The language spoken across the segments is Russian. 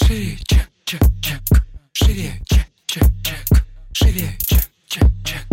Шире, чек, чек, чек. Шире, чек, чек, чек. Шире, чек, чек, чек.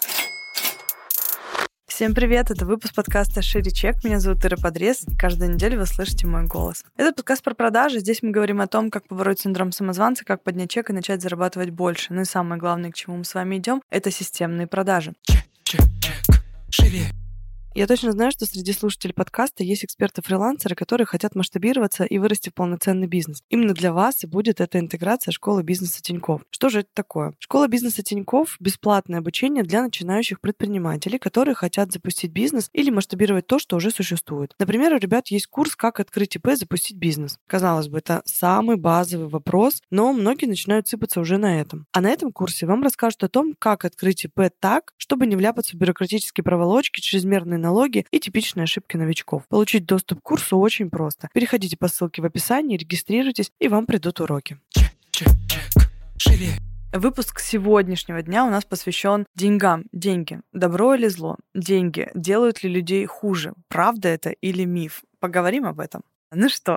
Всем привет, это выпуск подкаста «Шире чек». Меня зовут Ира Подрез, и каждую неделю вы слышите мой голос. Это подкаст про продажи. Здесь мы говорим о том, как побороть синдром самозванца, как поднять чек и начать зарабатывать больше. Ну и самое главное, к чему мы с вами идем, это системные продажи. Чек, чек, чек. Шире. Я точно знаю, что среди слушателей подкаста есть эксперты-фрилансеры, которые хотят масштабироваться и вырасти в полноценный бизнес. Именно для вас и будет эта интеграция школы бизнеса Тинькофф. Что же это такое? Школа бизнеса Тинькофф — бесплатное обучение для начинающих предпринимателей, которые хотят запустить бизнес или масштабировать то, что уже существует. Например, у ребят есть курс «Как открыть ИП, запустить бизнес». Казалось бы, это самый базовый вопрос, но многие начинают сыпаться уже на этом. А на этом курсе вам расскажут о том, как открыть ИП так, чтобы не вляпаться в бюрократические проволочки, чрезмерные налоги и типичные ошибки новичков. Получить доступ к курсу очень просто. Переходите по ссылке в описании, регистрируйтесь, и вам придут уроки. Чек, чек, чек. Шире. Выпуск сегодняшнего дня у нас посвящен деньгам. Деньги. Добро или зло? Деньги. Делают ли людей хуже? Правда это или миф? Поговорим об этом. Ну что,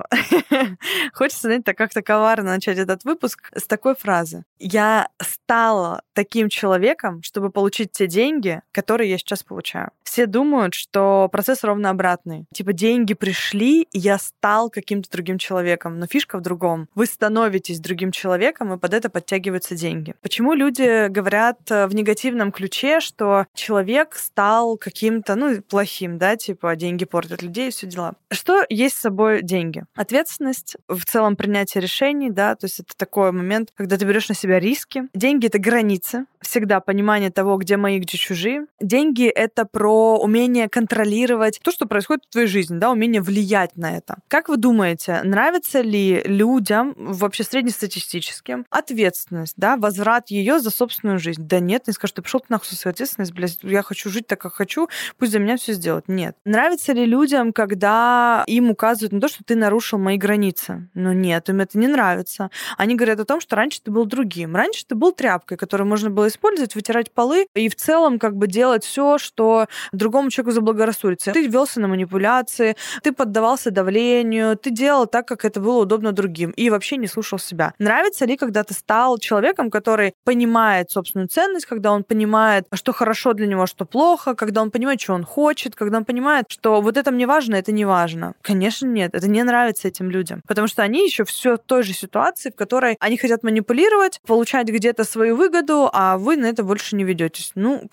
хочется, знаете, как-то коварно начать этот выпуск с такой фразы. Я стала таким человеком, чтобы получить те деньги, которые я сейчас получаю. Все думают, что процесс ровно обратный. Типа деньги пришли, и я стал каким-то другим человеком. Но фишка в другом. Вы становитесь другим человеком, и под это подтягиваются деньги. Почему люди говорят в негативном ключе, что человек стал каким-то, плохим, да, типа деньги портят людей и все дела. Что есть с собой деньги? Ответственность, в целом принятие решений, да, то есть это такой момент, когда ты берешь на себя риски. Деньги — это границы, всегда понимание того, где мои, где чужие. Деньги — это про умение контролировать то, что происходит в твоей жизни, да, умение влиять на это. Как вы думаете, нравится ли людям, вообще среднестатистическим, ответственность, да, возврат ее за собственную жизнь? Да нет, не скажешь, ты пошел нахуй со своей ответственностью, блядь, я хочу жить так, как хочу, пусть за меня все сделают. Нет. Нравится ли людям, когда им указывают на то, что ты нарушил мои границы? Ну нет, им это не нравится. Они говорят о том, что раньше ты был другим. Раньше ты был тряпкой, которую можно было использовать, вытирать полы и в целом делать все, что другому человеку заблагорассудится. Ты велся на манипуляции, ты поддавался давлению, ты делал так, как это было удобно другим, и вообще не слушал себя. Нравится ли, когда ты стал человеком, который понимает собственную ценность, когда он понимает, что хорошо для него, что плохо, когда он понимает, что он хочет, когда он понимает, что вот это мне важно, это не важно? Конечно, нет. Это не нравится этим людям. Потому что они еще все в той же ситуации, в которой они хотят манипулировать, получать где-то свою выгоду, а вы на это больше не ведетесь.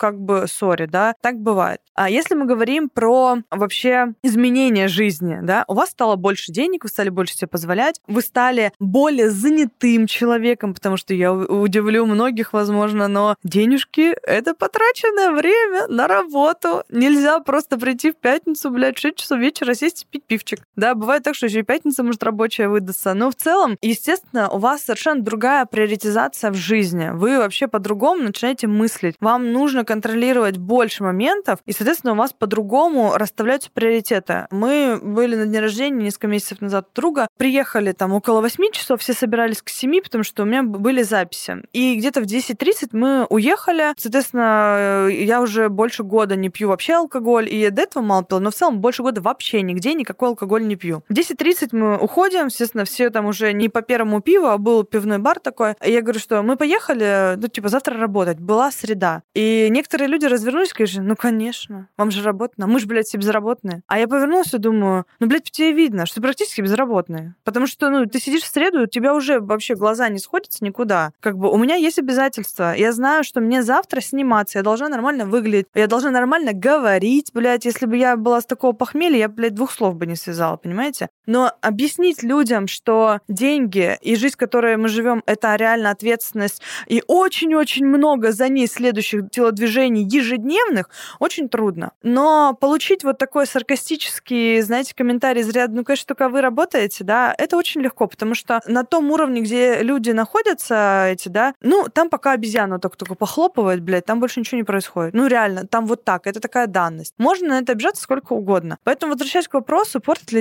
Сори, да, так бывает. А если мы говорим про вообще изменение жизни, да, у вас стало больше денег, вы стали больше себе позволять, вы стали более занятым человеком, потому что я удивлю многих, возможно, но денежки — это потраченное время на работу. Нельзя просто прийти в пятницу, в 6 часов вечера сесть и пить пивчик. Да, бывает так, что еще и пятница может рабочая выдастся. Но в целом, естественно, у вас совершенно другая приоритизация в жизни. Вы вообще по-другому начинаете мыслить. Вам нужно контролировать больше моментов, и, соответственно, у вас по-другому расставляются приоритеты. Мы были на дне рождения несколько месяцев назад у друга, приехали там около 8 часов, все собирались к 7, потому что у меня были записи. И где-то в 10:30 мы уехали. Соответственно, я уже больше года не пью вообще алкоголь, и до этого мало пила, но в целом больше года вообще нигде никакой алкоголь не пью. В 10:30 мы уходим, естественно, все там уже не по первому пиву, а был пивной бар такой. И я говорю, что мы поехали, завтра работать. Была среда. И некоторые люди развернулись и говорят, ну, конечно, вам же работать, мы же, блядь, все безработные. А я повернулась и думаю, по тебе видно, что ты практически безработный. Потому что, ты сидишь в среду, у тебя уже вообще глаза не сходятся никуда. У меня есть обязательства. Я знаю, что мне завтра сниматься, я должна нормально выглядеть, я должна нормально говорить, блядь. Если бы я была с такого похмелья, я, блядь, 2 слов бы не связала, понимаете? Но объяснить людям, что деньги и жизнь, в которой мы живем, это реально ответственность, и очень-очень много за ней следующих телодвижений ежедневных, очень трудно. Но получить вот такой саркастический, знаете, комментарий из ряда, конечно, только вы работаете, да, это очень легко, потому что на том уровне, где люди находятся, там пока обезьяна только похлопывает, блядь, там больше ничего не происходит. Реально, там вот так, это такая данность. Можно на это обижаться сколько угодно. Поэтому, возвращаясь к вопросу, портят ли деньги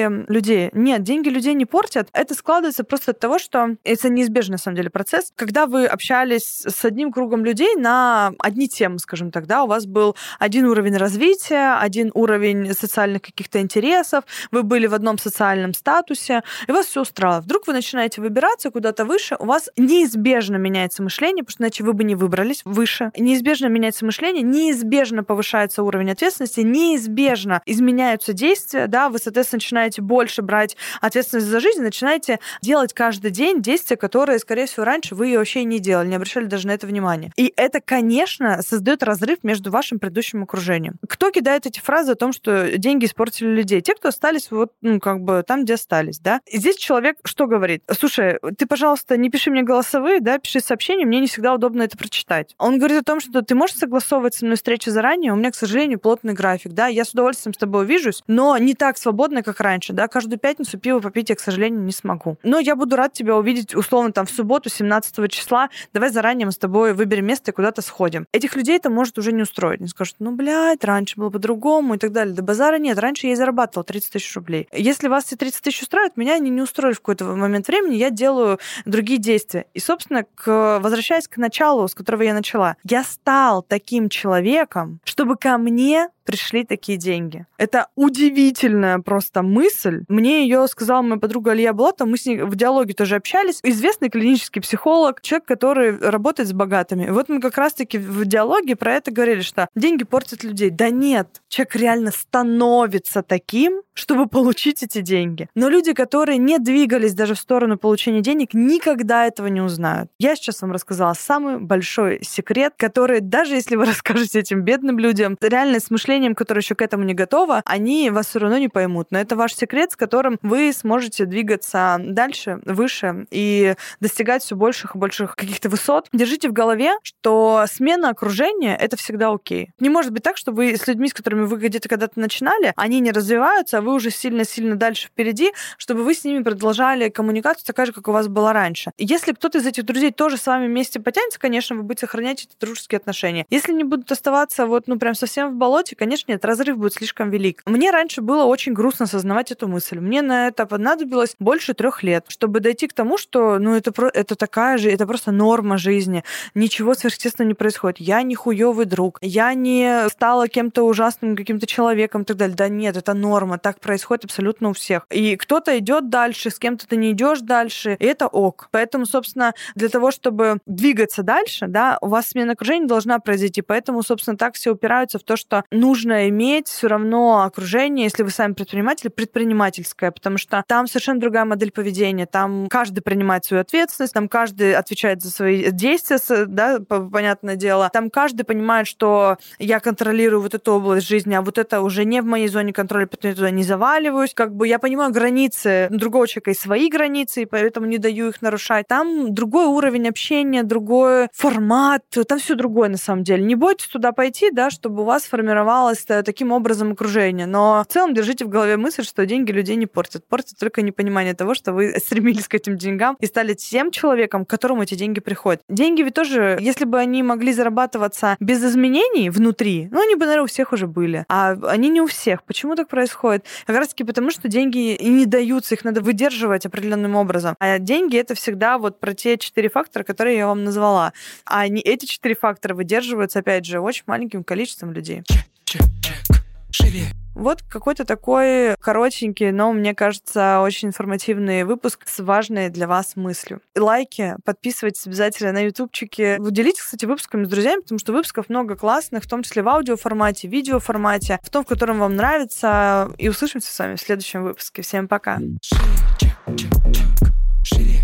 деньги людей. Нет, деньги людей не портят. Это складывается просто от того, что это неизбежный, на самом деле, процесс. Когда вы общались с одним кругом людей на одни темы, скажем так, да, у вас был один уровень развития, один уровень социальных каких-то интересов, вы были в одном социальном статусе, и вас все устраивало. Вдруг вы начинаете выбираться куда-то выше, у вас неизбежно меняется мышление, потому что иначе вы бы не выбрались выше. Неизбежно меняется мышление, неизбежно повышается уровень ответственности, неизбежно изменяются действия, да, вы, соответственно, начинаете больше брать ответственность за жизнь, начинаете делать каждый день действия, которые, скорее всего, раньше вы вообще не делали, не обращали даже на это внимания. И это, конечно, создает разрыв между вашим предыдущим окружением. Кто кидает эти фразы о том, что деньги испортили людей? Те, кто остались вот, там, где остались, да? И здесь человек что говорит? Слушай, ты, пожалуйста, не пиши мне голосовые, да, пиши сообщения, мне не всегда удобно это прочитать. Он говорит о том, что ты можешь согласовывать со мной встречи заранее, у меня, к сожалению, плотный график, да, я с удовольствием с тобой увижусь, но не так свободно, как раньше, да, каждую пятницу пиво попить я, к сожалению, не смогу. Но я буду рад тебя увидеть, условно, там, в субботу, 17 числа, давай заранее мы с тобой выберем место и куда-то сходим. Этих людей это может уже не устроить. Они скажут, раньше было по-другому и так далее. Да базара нет, раньше я и зарабатывала 30 тысяч рублей. Если вас эти 30 тысяч устраивают, меня они не устроили в какой-то момент времени, я делаю другие действия. И, собственно, возвращаясь к началу, с которого я начала, я стал таким человеком, чтобы ко мне пришли такие деньги. Это удивительная просто мысль. Мне ее сказала моя подруга Алия Булатова, мы с ней в диалоге тоже общались. Известный клинический психолог, человек, который работает с богатыми. И вот мы как раз-таки в диалоге про это говорили, что деньги портят людей. Да нет, человек реально становится таким, чтобы получить эти деньги. Но люди, которые не двигались даже в сторону получения денег, никогда этого не узнают. Я сейчас вам рассказала самый большой секрет, который, даже если вы расскажете этим бедным людям, реально с мышлением, которое еще к этому не готово, они вас все равно не поймут. Но это ваш секрет, с которым вы сможете двигаться дальше, выше и достигать все больших и больших каких-то высот. Держите в голове, что смена окружения — это всегда окей. Не может быть так, что вы с людьми, с которыми вы где-то когда-то начинали, они не развиваются, а вы уже сильно-сильно дальше впереди, чтобы вы с ними продолжали коммуникацию такая же, как у вас была раньше. Если кто-то из этих друзей тоже с вами вместе потянется, конечно, вы будете сохранять эти дружеские отношения. Если не будут оставаться прям совсем в болоте, конечно, нет, разрыв будет слишком велик. Мне раньше было очень грустно осознавать эту мысль. Мне на это понадобилось больше 3 лет, чтобы дойти к тому, что это такая же, это просто норма жизни. Ничего сверхъестественного не происходит. Я не хуёвый друг. Я не стала кем-то ужасным, каким-то человеком и так далее. Да нет, это норма. Так происходит абсолютно у всех. И кто-то идет дальше, с кем-то ты не идешь дальше, и это ок. Поэтому, собственно, для того, чтобы двигаться дальше, да, у вас смена окружения должна произойти. Поэтому, собственно, так все упираются в то, что нужно иметь все равно окружение, если вы сами предприниматель, предпринимательское, потому что там совершенно другая модель поведения. Там каждый принимает свою ответственность, там каждый отвечает за свои действия, да, понятное дело. Там каждый понимает, что я контролирую вот эту область жизни, а вот это уже не в моей зоне контроля, поэтому я туда не заваливаюсь. Я понимаю границы другого человека и свои границы, и поэтому не даю их нарушать. Там другой уровень общения, другой формат, там все другое на самом деле. Не бойтесь туда пойти, да, чтобы у вас формировалось таким образом окружение. Но в целом держите в голове мысль, что деньги людей не портят. Портит только непонимание того, что вы стремились к этим деньгам и стали тем человеком, к которому эти деньги приходят. Деньги ведь тоже, если бы они могли зарабатываться без изменений внутри, они бы, наверное, у всех уже были. А они не у всех. Почему так происходит? Как раз-таки потому, что деньги и не даются, их надо выдерживать определенным образом. А деньги — это всегда про те 4 фактора, которые я вам назвала. А эти 4 фактора выдерживаются, опять же, очень маленьким количеством людей. Вот какой-то такой коротенький, но, мне кажется, очень информативный выпуск с важной для вас мыслью. Лайки, подписывайтесь обязательно на ютубчике. Делитесь, кстати, выпусками с друзьями, потому что выпусков много классных, в том числе в аудиоформате, видеоформате, в том, в котором вам нравится. И услышимся с вами в следующем выпуске. Всем пока! Шире.